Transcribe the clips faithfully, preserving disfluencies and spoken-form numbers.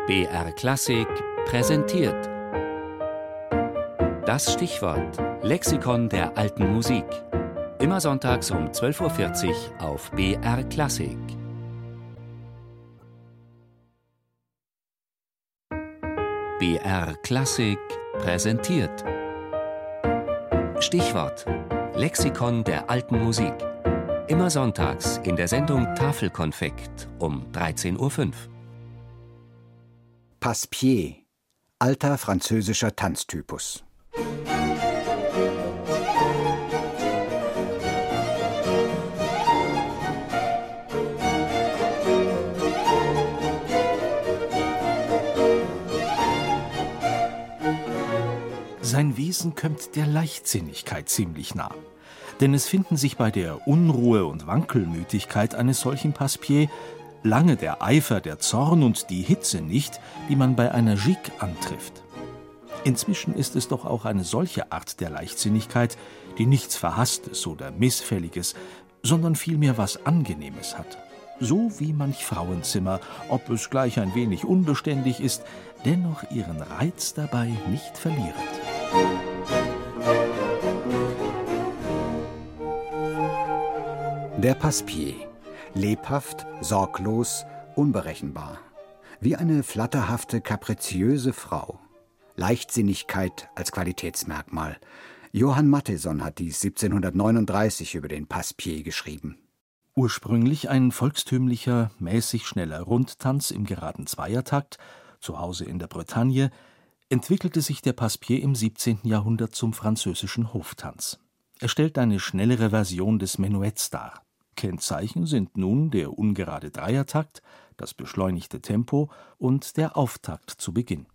B R Klassik präsentiert das Stichwort Lexikon der alten Musik. Immer sonntags um zwölf Uhr vierzig auf B R Klassik. B R Klassik präsentiert Stichwort Lexikon der alten Musik. Immer sonntags in der Sendung Tafelkonfekt um dreizehn Uhr fünf. Passepied, alter französischer Tanztypus. Sein Wesen kömmt der Leichtsinnigkeit ziemlich nah. Denn es finden sich bei der Unruhe und Wankelmütigkeit eines solchen Passepied lange der Eifer, der Zorn und die Hitze nicht, die man bei einer Gigue antrifft. Inzwischen ist es doch auch eine solche Art der Leichtsinnigkeit, die nichts Verhasstes oder Missfälliges, sondern vielmehr was Angenehmes hat. So wie manch Frauenzimmer, ob es gleich ein wenig unbeständig ist, dennoch ihren Reiz dabei nicht verliert. Der Passepied. Lebhaft, sorglos, unberechenbar. Wie eine flatterhafte, kapriziöse Frau. Leichtsinnigkeit als Qualitätsmerkmal. Johann Mattheson hat dies siebzehnhundertneununddreißig über den Passepied geschrieben. Ursprünglich ein volkstümlicher, mäßig schneller Rundtanz im geraden Zweiertakt, zu Hause in der Bretagne, entwickelte sich der Passepied im siebzehnten Jahrhundert zum französischen Hoftanz. Er stellt eine schnellere Version des Menuetts dar. Kennzeichen sind nun der ungerade Dreiertakt, das beschleunigte Tempo und der Auftakt zu Beginn.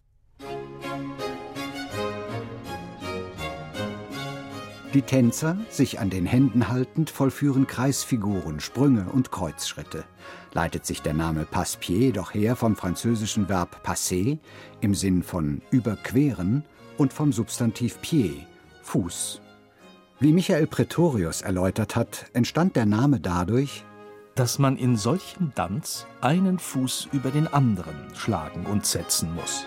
Die Tänzer, sich an den Händen haltend, vollführen Kreisfiguren, Sprünge und Kreuzschritte. Leitet sich der Name Passepied doch her vom französischen Verb passer im Sinn von überqueren und vom Substantiv pied, Fuß. Wie Michael Pretorius erläutert hat, entstand der Name dadurch, dass man in solchem Tanz einen Fuß über den anderen schlagen und setzen muss.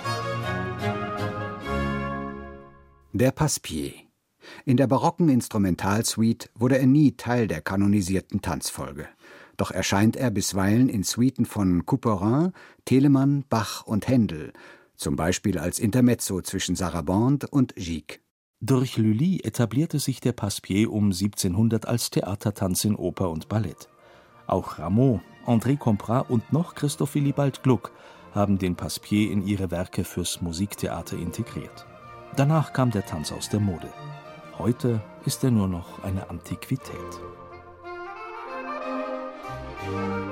Der Passepied. In der barocken Instrumentalsuite wurde er nie Teil der kanonisierten Tanzfolge. Doch erscheint er bisweilen in Suiten von Couperin, Telemann, Bach und Händel, zum Beispiel als Intermezzo zwischen Sarabande und Gigue. Durch Lully etablierte sich der Passepied um siebzehnhundert als Theatertanz in Oper und Ballett. Auch Rameau, André Comprat und noch Christoph Willibald Gluck haben den Passepied in ihre Werke fürs Musiktheater integriert. Danach kam der Tanz aus der Mode. Heute ist er nur noch eine Antiquität.